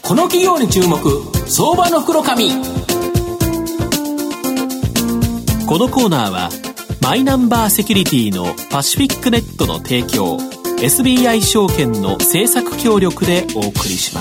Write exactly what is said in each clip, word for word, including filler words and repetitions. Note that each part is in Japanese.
この企業に注目、相場の袋紙。このコーナーはマイナンバーセキュリティのパシフィックネットの提供、 エスビーアイ 証券の政策協力でお送りします。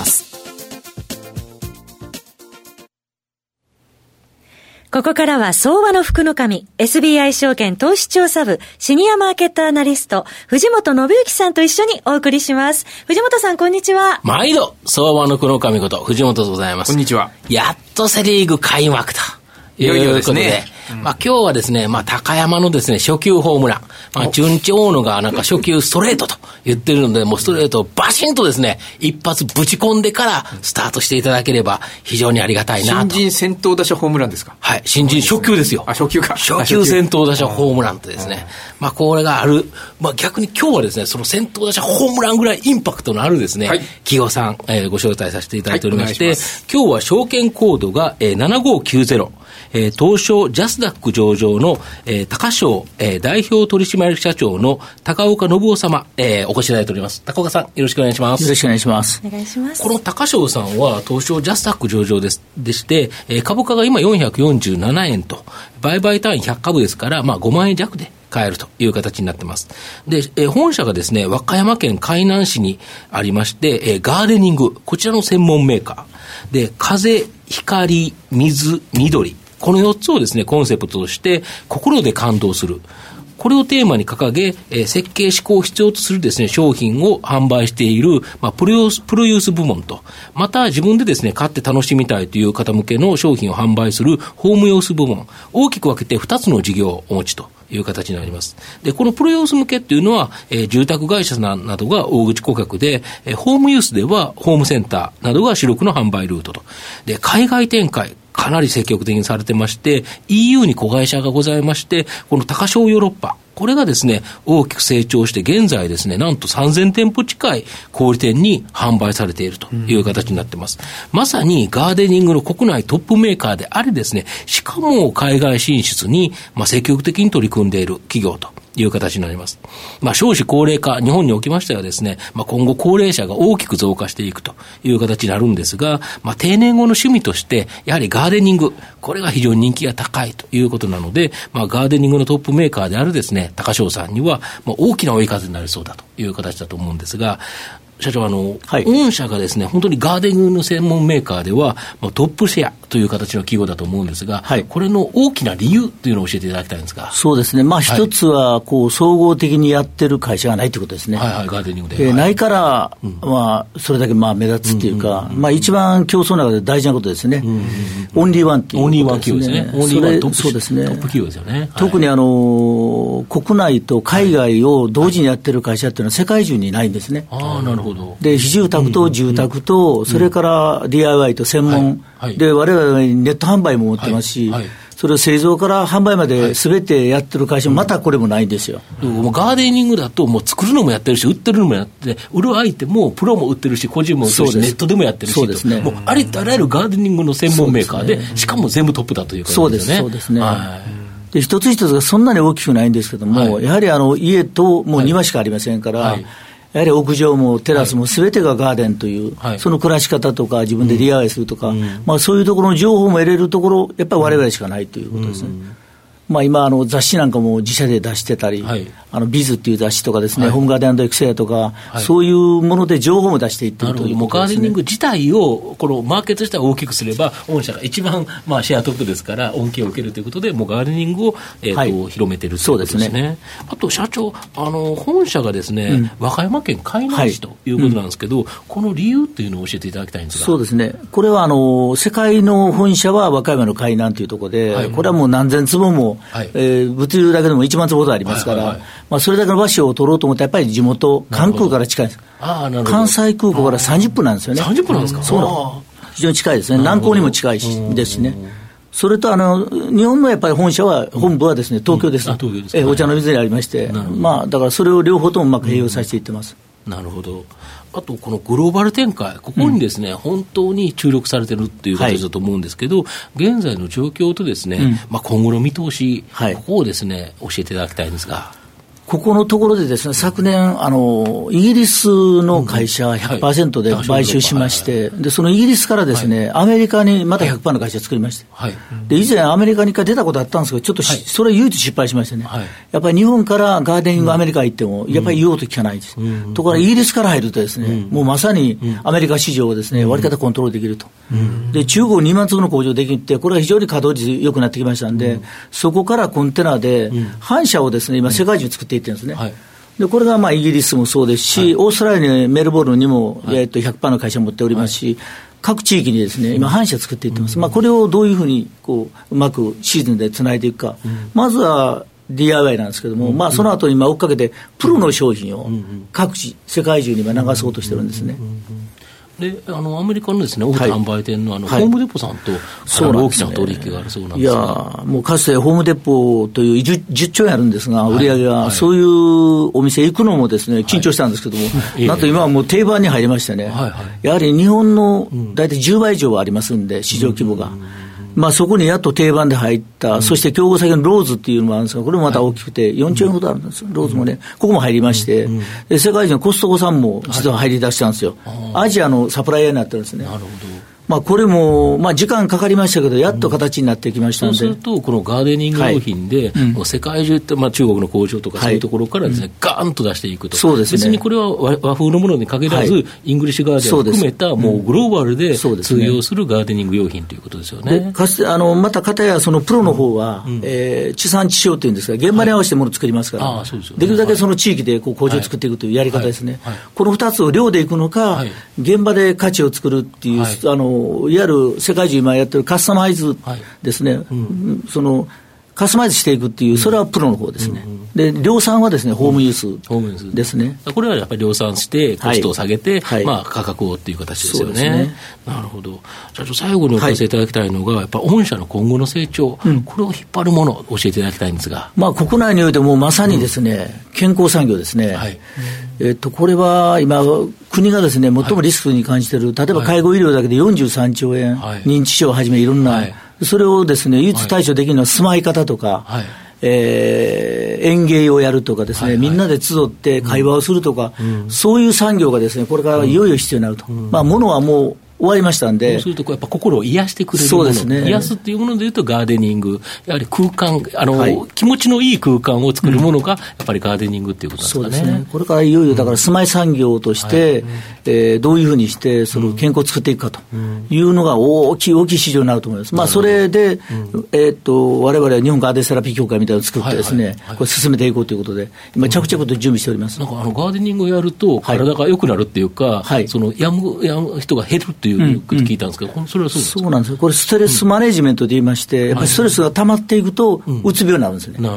ここからは相場の福の神、エスビーアイ 証券投資調査部シニアマーケットアナリスト藤本信之さんと一緒にお送りします。藤本さん、こんにちは。 毎度相場の福の神こと藤本でございます。 こんにちは。 やっとセリーグ開幕ということで、いよいよですね。まあ、今日はですね、まあ、高山のですね、初球ホームラン。まあ、順調大野がなんか初球ストレートと言ってるので、もうストレートをバシンとですね、一発ぶち込んでからスタートしていただければ非常にありがたいなと。 新人先頭打者ホームランですか？ はい、新人初球ですよ。 あ、初球か。 初球先頭打者ホームランとですね。まあ、これがある。まあ、逆に今日はですね、その先頭打者ホームランぐらいインパクトのあるですね、はい、企業さん、えー、ご招待させていただいておりまして、はい、今日は証券コードが、えー、ななごきゅうゼロ。えー、東証ジャスダック上場の、えー、高商、えー、代表取締役社長の高岡信夫様、えー、お越しいただいております。高岡さん、よろしくお願いします。 よろしくお願いします。 お願いします。 この高商さんは東証ジャスダック上場です、でして、えー、株価が今よんひゃくよんじゅうななえんと、売買単位ひゃくかぶですから、まあごまんえん弱で買えるという形になってます。で、えー、本社がですね、和歌山県海南市にありまして、えー、ガーデニング、こちらの専門メーカーで、風、光、水、緑、このよっつをですね、コンセプトとして心で感動する、これをテーマに掲げ、えー、設計思考を必要とするですね、商品を販売している、まあ、プロユース、プロユース部門と、また自分でですね、買って楽しみたいという方向けの商品を販売するホームユース部門、大きく分けてふたつの事業をお持ちという形になります。で、このプロユース向けっていうのは、えー、住宅会社などが大口顧客で、えー、ホームユースではホームセンターなどが主力の販売ルートと。で、海外展開、かなり積極的にされてまして、イーユー に子会社がございまして、この高商ヨーロッパ、これがですね、大きく成長して、現在ですね、なんとさんぜんてんぽ近い小売店に販売されているという形になっています。うん、まさにガーデニングの国内トップメーカーでありですね、しかも海外進出に、まあ、積極的に取り組んでいる企業という形になります。まあ、少子高齢化、日本におきましてはですね、まあ、今後高齢者が大きく増加していくという形になるんですが、まあ、定年後の趣味として、やはりガーデニング、これが非常に人気が高いということなので、まあ、ガーデニングのトップメーカーであるですね、高商さんには、まあ、大きな追い風になりそうだという形だと思うんですが、社長、あの、はい、御社がですね、本当にガーデニングの専門メーカーでは、まあ、トップシェアという形の企業だと思うんですが、はい、これの大きな理由というのを教えていただきたいんですが。 そうですね。まあ、一つは、こう、総合的にやってる会社がないということですね。 はいはい、ガーデニングで。 えー、ないから、うん、まあ、それだけまあ目立つっていうか、うんうん、まあ、一番競争の中で大事なことですね。うんうんうん、オンリーワンっていうことですね。オンリーワン企業ですね。オンリーワントップ、そうですね。トップ企業ですよね。はい、特にあの、国内と海外を同時にやってる会社っていうのは世界中にないんですね。 はいはい、ああ、なるほど。 で、住宅と住宅と、それから ディーアイワイ と専門、はいはい、で我々ネット販売も持ってますし、はいはい、それを製造から販売まで全てやってる会社もまたこれもないんですよ。 うん、もうガーデニングだともう作るのもやってるし売ってるのもやって売る相手もプロも売ってるし個人も売ってるしネットでもやってるしと、そうですね、もうありとあらゆるガーデニングの専門メーカー で, で、ね、しかも全部トップだという感じですね。 そうですそうですね、はい、で一つ一つがそんなに大きくないんですけども、はい、やはりあの家ともう庭しかありませんから、はいはい、やはり屋上もテラスもすべてがガーデンという、はい、その暮らし方とか自分で ディーアイワイ するとか、うん、まあ、そういうところの情報も得れるところやっぱり我々しかないということですね。うんうん、まあ、今あの雑誌なんかも自社で出してたり、はい、あのビズっていう雑誌とかですね、はい、ホームガーデン&エクセアとか、はい、そういうもので情報も出していってるということですね。 もうガーデニング自体をこのマーケット自体を大きくすれば御社が一番まあシェアトップですから恩恵を受けるということで、もうガーデニングを、えーとはい、広めているということですね。そうですね。あと社長、あの本社がですね、うん、和歌山県海南市ということなんですけど、はい、うん、この理由というのを教えていただきたいんですが。 そうですね。これはあの世界の本社は和歌山の海南というところで、はい、これはもう何千坪も、はい、えー、物流だけでもいちまんつぼほどありますから、はいはいはい、まあ、それだけの場所を取ろうと思ったらやっぱり地元関空から近いんです。 あ、なるほど。 関西空港からさんじゅっぷんなんですよね。 さんじゅっぷんなんですか。 そうなん非常に近いですね。南港にも近いしですね。それとあの日本のやっぱり本社は、うん、本部はですね東京です。うん、東京です、えお茶の水にありまして、まあ、だからそれを両方ともうまく併用させていってます。 うん、なるほど。あとこのグローバル展開、ここにですね、うん、本当に注力されているという形だと思うんですけど、はい、現在の状況とですね、うん、まあ、今後の見通し、はい、ここをですね教えていただきたいんですが。 ここのところでですね、昨年、あの、イギリスの会社 ひゃくパーセント で買収しまして、で、そのイギリスからですね、アメリカにまた ひゃくパーセント の会社作りまして、で、以前アメリカに一回出たことあったんですけど、ちょっとそれ唯一失敗しましてね、やっぱり日本からガーデニングアメリカ行っても、やっぱり言おうと聞かないです。ところがイギリスから入るとですね、もうまさにアメリカ市場をですね、割り方コントロールできると。で、中国にまんつくの工場できて、これは非常に稼働率良くなってきましたんで、そこからコンテナで、反社をですね、今世界中に作っていってるんですね。でこれがまあイギリスもそうですし、はい、オーストラリアのメルボルンにも、はい、えー、と ひゃくパーセント の会社を持っておりますし、はい、各地域にですね今、反社作っていってます、うん、まあ、これをどういうふうにこううまくシーズンでつないでいくか、うん、まずは ディーアイワイ なんですけども、うん、まあ、その後に今追っかけて、プロの商品を各地、世界中に今流そうとしてるんですね。 であのアメリカのですね大手販売店の、あの、はい、ホームデポさんと大きな取引があるそうなんですが、 いやもうかつてホームデポという 10, じゅっちょうえんあるんですが、売り上げが、はいはい、そういうお店行くのもですね緊張したんですけども、はい、なんと今はもう定番に入りましてね、はいはい、やはり日本の大体じゅうばい以上はありますんで、市場規模が。うん、まあ、そこにやっと定番で入った、うん、そして競合先のローズっていうのもあるんですが、これもまた大きくてよんちょうえんほどあるんですよ、ローズもね、ここも入りまして、うん、で世界中のコストコさんも実は入り出したんですよ、はい、アジアのサプライヤーになってるんですね。なるほど。まあ、これも、まあ、時間かかりましたけど、やっと形になってきましたので、 うん、そうすると、このガーデニング用品で、はい、もう世界中って、まあ、中国の工場とかそういうところからですね、はい、ガーンと出していくと、そうですね、別にこれは和風のものに限らず、はい、イングリッシュガーデンを含めた、もうグローバルで通用するガーデニング用品ということですよね。 でかつてあのまた片やそのプロの方は、うん、えー、地産地消というんですが、現場に合わせてものを作りますから、はい、あそうですよね、できるだけその地域でこう工場を作っていくというやり方ですね、はいはいはい、このふたつを量でいくのか、はい、現場で価値を作るっていう、はい、あのいわゆる世界中今やってるカスタマイズですね、はい、うん、そのカスタマイズしていくっていう、それはプロの方ですね、うんうん、で量産はですねホームユースですね、 うん、これはやっぱり量産してコストを下げて、はい、まあ、価格をっていう形ですよ ね, ですね。なるほど。じゃあ最後にお聞かせいただきたいのが、はい、やっぱ御社の今後の成長、うん、これを引っ張るものを教えていただきたいんですが、 まあ、国内においてもまさにですね、うん、健康産業ですね、はい、えー、っとこれは今国がですね最もリスクに感じている、例えば介護医療だけでよんじゅうさんちょうえん、はい、認知症をはじめいろんな、はい、それをですね唯一対処できるのは住まい方とか、はい、えー、園芸をやるとかですね、はいはい、みんなで集って会話をするとか、うん、そういう産業がですねこれからいよいよ必要になると、うん、まあ、ものはもう終わりましたんで、 そうするとこうやっぱ心を癒してくれるもの、そうですね、癒すっていうものでいうとガーデニング、やはり空間、あの、はい、気持ちのいい空間を作るものがやっぱりガーデニングっていうことなんですかね。そうですね。 これからいよいよだから住まい産業として、うん、えー、どういうふうにしてその健康を作っていくかというのが大きい大きい市場になると思います。まあ、それで、うん、えー、っと我々は日本ガーデンセラピー協会みたいなのを作ってですね、はいはいはい、これ進めていこうということで今着々と準備しております。 なんかあのガーデニングをやると体が良くなるっていうか、はい、その病む、病む人が減るっていう、うん、聞いたんですけど、それはそうですか？ そうなんですよ。これストレスマネジメントで言いまして、うん、やっぱりストレスが溜まっていくとうつ病になるんですね、うん、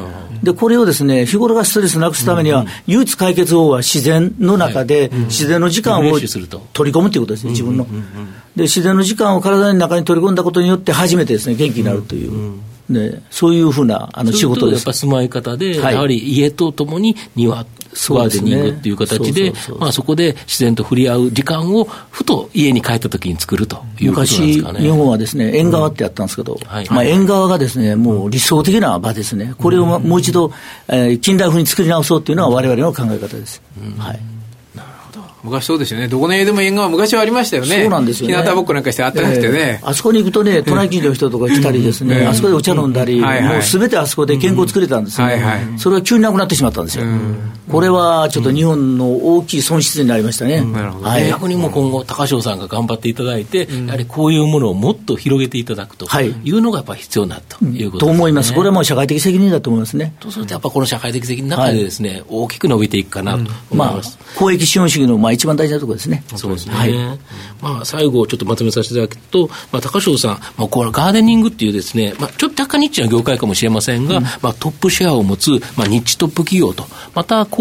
でこれをですね日頃がストレスなくすためには、うん、唯一解決法は自然の中で、はい、うん、自然の時間を取り込むということですね、自分の、うんうんうんうん、で自然の時間を体の中に取り込んだことによって初めてですね元気になるという、うんうん、ね、そういうふうなあの仕事です。 やっぱ住まい方で、はい、やはり家とともに庭ガーデニングっていう形で、そこで自然と触れ合う時間をふと家に帰った時に作るということなんですかね。 昔日本はですね縁側ってやったんですけど、うん、はい、まあ、縁側がですねもう理想的な場ですね。これをもう一度、えー、近代風に作り直そうというのは我々の考え方です、うん、はい。 昔そうですよね。どこの家でも縁側昔はありましたよね。 そうなんですよね。 日向ぼっこなんかしてあったかくてね、 えー、あそこに行くとね隣近所の人とか来たりですね、うん、あそこでお茶飲んだり、うん、もうすべてあそこで健康を作れたんですよ、ね、うん、はいはい、それは急になくなってしまったんですよ、うん、これはちょっと日本の大きい損失になりましたね、うん、なるほど、はい、 逆にも今後高潮さんが頑張っていただいて、うん、やはりこういうものをもっと広げていただくというのがやっぱり必要になるということですね、 と思います。これはもう社会的責任だと思いますね。 とするとやっぱこの社会的責任の中でですね、はい、大きく伸びていくかなと思います、 うん、まあ、公益資本主義のまあ一番大事なところですね。 そうですね、はい、まあ、最後ちょっとまとめさせていただくと、まあ、高潮さん、まあ、このガーデニングっていうですね、まあ、ちょっと若干ニッチな業界かもしれませんが、うん、まあ、トップシェアを持つ、まあ、ニッチトップ企業と、また高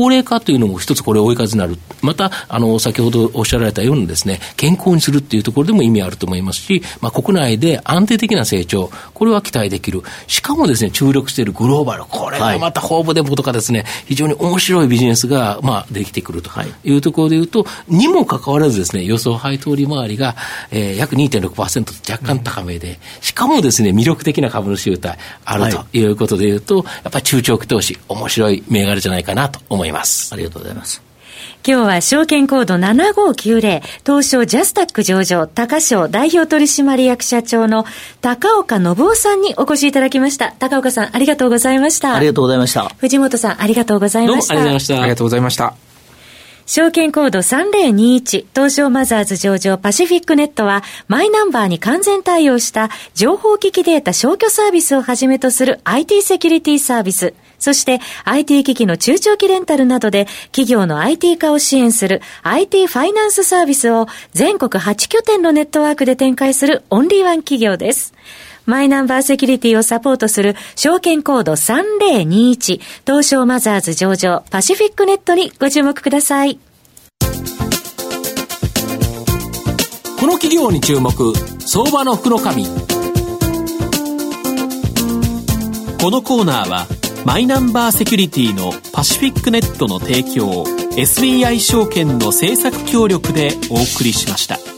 高齢化というのも一つこれ追い風になる。また、あの、先ほどおっしゃられたようにですね、健康にするっていうところでも意味あると思いますし、まあ、国内で安定的な成長、これは期待できる。しかもですね、注力しているグローバル、これがまたホームデポとかですね、非常に面白いビジネスが、まあ、できてくるというところでいうと、にもかかわらずですね、予想配当利回りが、えー、約 にてんろくパーセント と若干高めで、うん、しかもですね、魅力的な株主優待あるということでいうと、はい、やっぱり中長期投資、面白い銘柄じゃないかなと思います。 ありがとうございます。 今日は証券コードななごきゅうぜろ東証ジャスタック上場高商代表取締役社長の高岡信夫さんにお越しいただきました。高岡さんありがとうございました。 ありがとうございました。 藤本さんありがとうございました。 どうもありがとうございました。 ありがとうございました。 証券コードさんぜろにいち東証マザーズ上場パシフィックネットはマイナンバーに完全対応した情報機器データ消去サービスをはじめとする アイティー セキュリティサービス、そして アイティー 機器の中長期レンタルなどで企業の アイティー 化を支援する アイティー ファイナンスサービスを全国はち拠点のネットワークで展開するオンリーワン企業です。マイナンバーセキュリティをサポートする証券コードさんぜろにいち東証マザーズ上場パシフィックネットにご注目ください。 この企業に注目、相場の福の神。 このコーナーはマイナンバーセキュリティのパシフィックネットの提供、エスビーアイ 証券の政策協力でお送りしました。